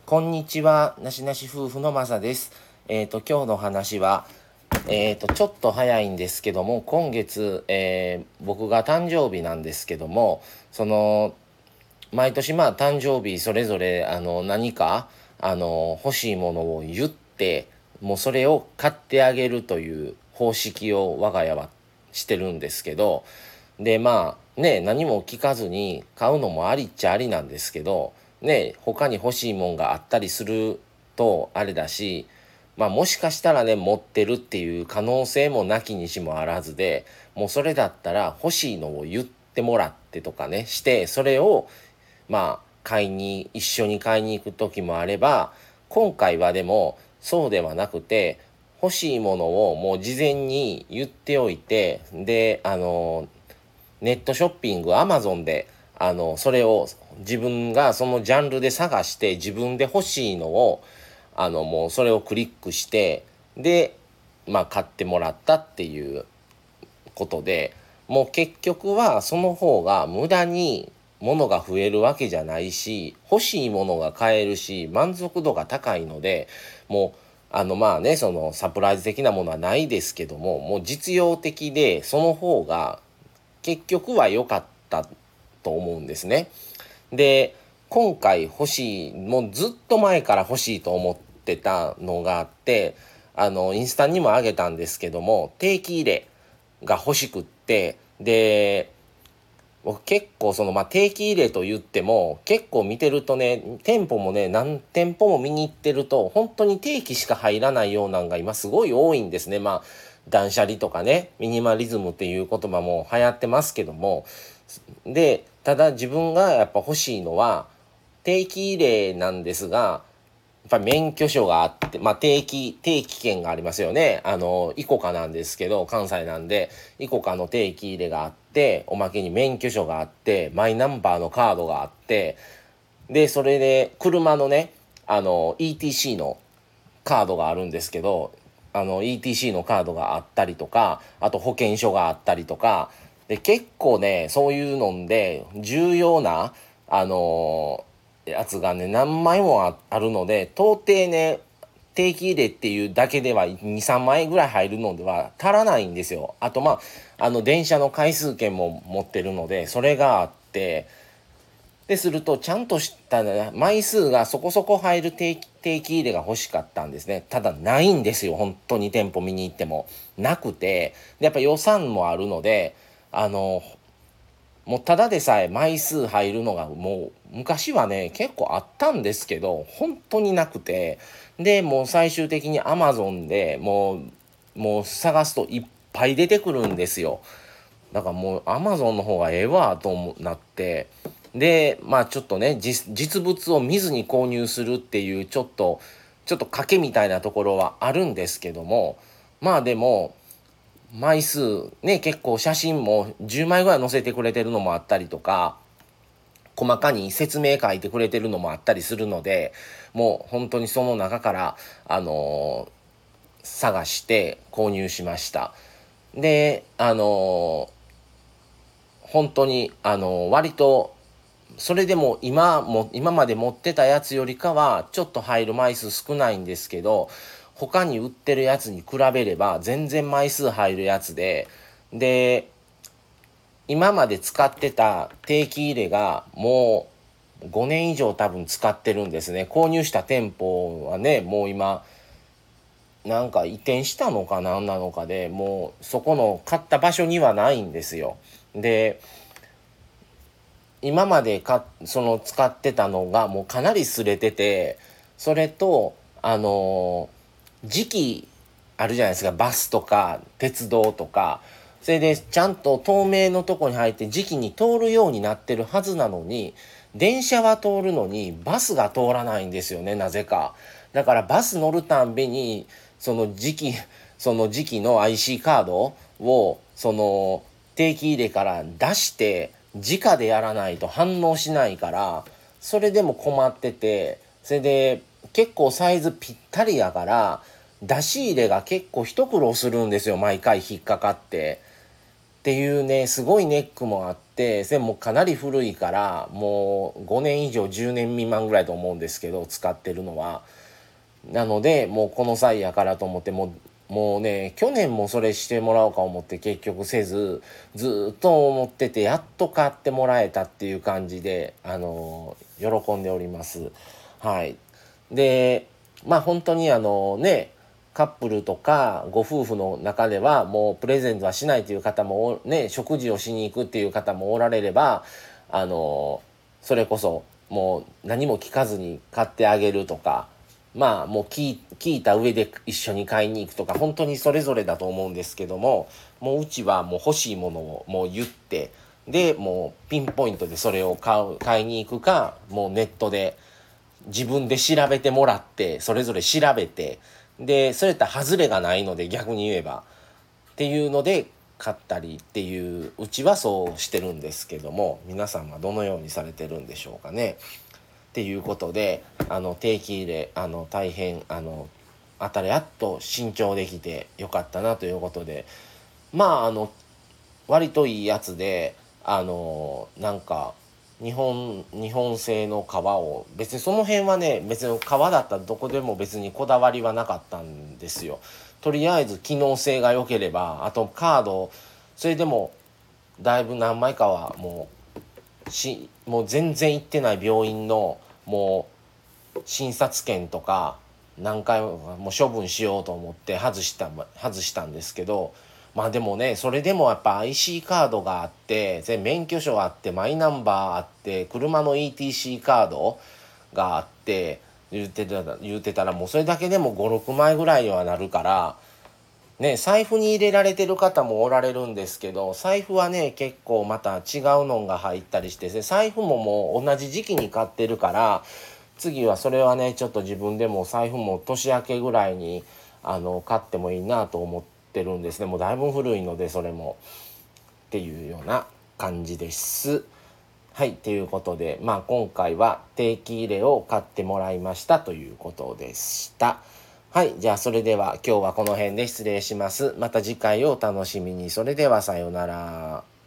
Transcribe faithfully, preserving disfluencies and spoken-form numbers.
こんにちは、なしなし夫婦のまさです。えっ、と、今日の話は、えっ、と、ちょっと早いんですけども、今月、えー僕が誕生日なんですけども、その、毎年まあ誕生日それぞれ、あの、何か、あの、欲しいものを言って、もうそれを買ってあげるという方式を我が家はしてるんですけど、でまあね、何も聞かずに買うのもありっちゃありなんですけどね、他に欲しいもんがあったりするとあれだし、まあもしかしたらね持ってるっていう可能性もなきにしもあらずで、もうそれだったら欲しいのを言ってもらってとかねして、それをまあ買いに一緒に買いに行く時もあれば、今回はでもそうではなくて、欲しいものをもう事前に言っておいて、であのネットショッピング、アマゾンで、あの、それを自分がそのジャンルで探して自分で欲しいのを、あの、もうそれをクリックして、で、まあ買ってもらったっていうことで、もう結局はその方が無駄に物が増えるわけじゃないし、欲しいものが買えるし、満足度が高いので、もう、あのまあね、そのサプライズ的なものはないですけども、もう実用的で、その方が結局は良かったと思うんですね。で、今回欲しい、もうずっと前から欲しいと思ってたのがあって、あの、インスタにもあげたんですけども、定期入れが欲しくって、で、僕結構その、まあ、定期入れと言っても、結構見てるとね、店舗もね、何店舗も見に行ってると、本当に定期しか入らないようなんが今すごい多いんですね。まあ、断捨離とかね、ミニマリズムっていう言葉も流行ってますけども、で、ただ自分がやっぱ欲しいのは、定期入れなんですが、やっぱり免許証があって、まあ、定期、定期券がありますよね。あの、イコカなんですけど、関西なんで、イコカの定期入れがあって、おまけに免許証があって、マイナンバーのカードがあって、で、それで、車のね、あの、イーティーシー のカードがあるんですけど、あの、イーティーシー のカードがあったりとか、あと保険証があったりとか、で、結構ね、そういうので、重要な、あのやつがね、何枚もああるので、到底ね、定期入れっていうだけではに、さんまいぐらい入るのでは足らないんですよ。あとまあ、あの電車の回数券も持ってるので、それがあって、でするとちゃんとしたね枚数がそこそこ入る定期、定期入れが欲しかったんですね。ただないんですよ。本当に店舗見に行っても。なくて、でやっぱ予算もあるので、あの、もうただでさえ枚数入るのがもう昔はね結構あったんですけど本当になくて、でもう最終的に アマゾン でもうもう探すといっぱい出てくるんですよ。だからもう アマゾン の方がええわと思なって、でまあちょっとね実実物を見ずに購入するっていうちょっとちょっと賭けみたいなところはあるんですけども、まあでも枚数ね、結構写真もじゅうまいぐらい載せてくれてるのもあったりとか、細かに説明書いてくれてるのもあったりするので、もう本当にその中からあのー探して購入しました。であのー本当にあのー割とそれでも今も今まで持ってたやつよりかはちょっと入る枚数少ないんですけど、他に売ってるやつに比べれば全然枚数入るやつで、で今まで使ってた定期入れがもうごねん以上多分使ってるんですね。購入した店舗はね、もう今なんか移転したのかなんなのかで、もうそこの買った場所にはないんですよ。で今までかその使ってたのがもうかなり擦れてて、それとあの時期あるじゃないですか、バスとか鉄道とか。それでちゃんと透明のとこに入って時期に通るようになってるはずなのに、電車は通るのにバスが通らないんですよね、なぜか。だからバス乗るたんびにその時期その時期の アイシー カードをその定期入れから出して直でやらないと反応しないから、それでも困ってて、それで結構サイズぴったりやから出し入れが結構一苦労するんですよ、毎回引っかかって。 ていうねすごいネックもあって、それもかなり古いからもうごねん以上じゅうねん未満ぐらいと思うんですけど、使ってるのは。なのでもうこの際やからと思ってもうもうね去年もそれしてもらおうか思って結局せず、ずっと思っててやっと買ってもらえたっていう感じで、あの喜んでおります。はい。でまあ本当にあのねカップルとかご夫婦の中ではもうプレゼントはしないという方もね、食事をしに行くっていう方もおられれば、あのそれこそもう何も聞かずに買ってあげるとか、まあもう聞聞いた上で一緒に買いに行くとか、本当にそれぞれだと思うんですけども、もううちはもう欲しいものをもう言って、でもうピンポイントでそれを買う買いに行くか、もうネットで自分で調べてもらって、それぞれ調べて、でそれやったら外れがないので、逆に言えばっていうので買ったりっていう、うちはそうしてるんですけども、皆さんはどのようにされてるんでしょうかね。っていうことで、あの定期入れあの大変あのあたりやっと新調できてよかったなということで、まああの割といいやつで、あのなんか日本日本製の革を、別にその辺はね別に革だったらどこでも別にこだわりはなかったんですよ。とりあえず機能性が良ければ、あとカード、それでもだいぶ何枚かはもうしもう全然行ってない病院のもう診察券とか何回ももう処分しようと思って外した外したんですけど、まあでもねそれでもやっぱ アイシー カードがあって、で免許証あってマイナンバーあって車の イーティーシー カードがあって言ってた言ってたらもうそれだけでもごろくまいぐらいにはなるから。ね、財布に入れられてる方もおられるんですけど、財布はね結構また違うのが入ったりして、財布ももう同じ時期に買ってるから、次はそれはねちょっと自分でも財布も年明けぐらいにあの買ってもいいなと思ってるんですね。もうだいぶ古いのでそれもっていうような感じです。はい、ということで、まあ今回は定期入れを買ってもらいましたということでした。はい、じゃあそれでは今日はこの辺で失礼します。また次回をお楽しみに。それではさようなら。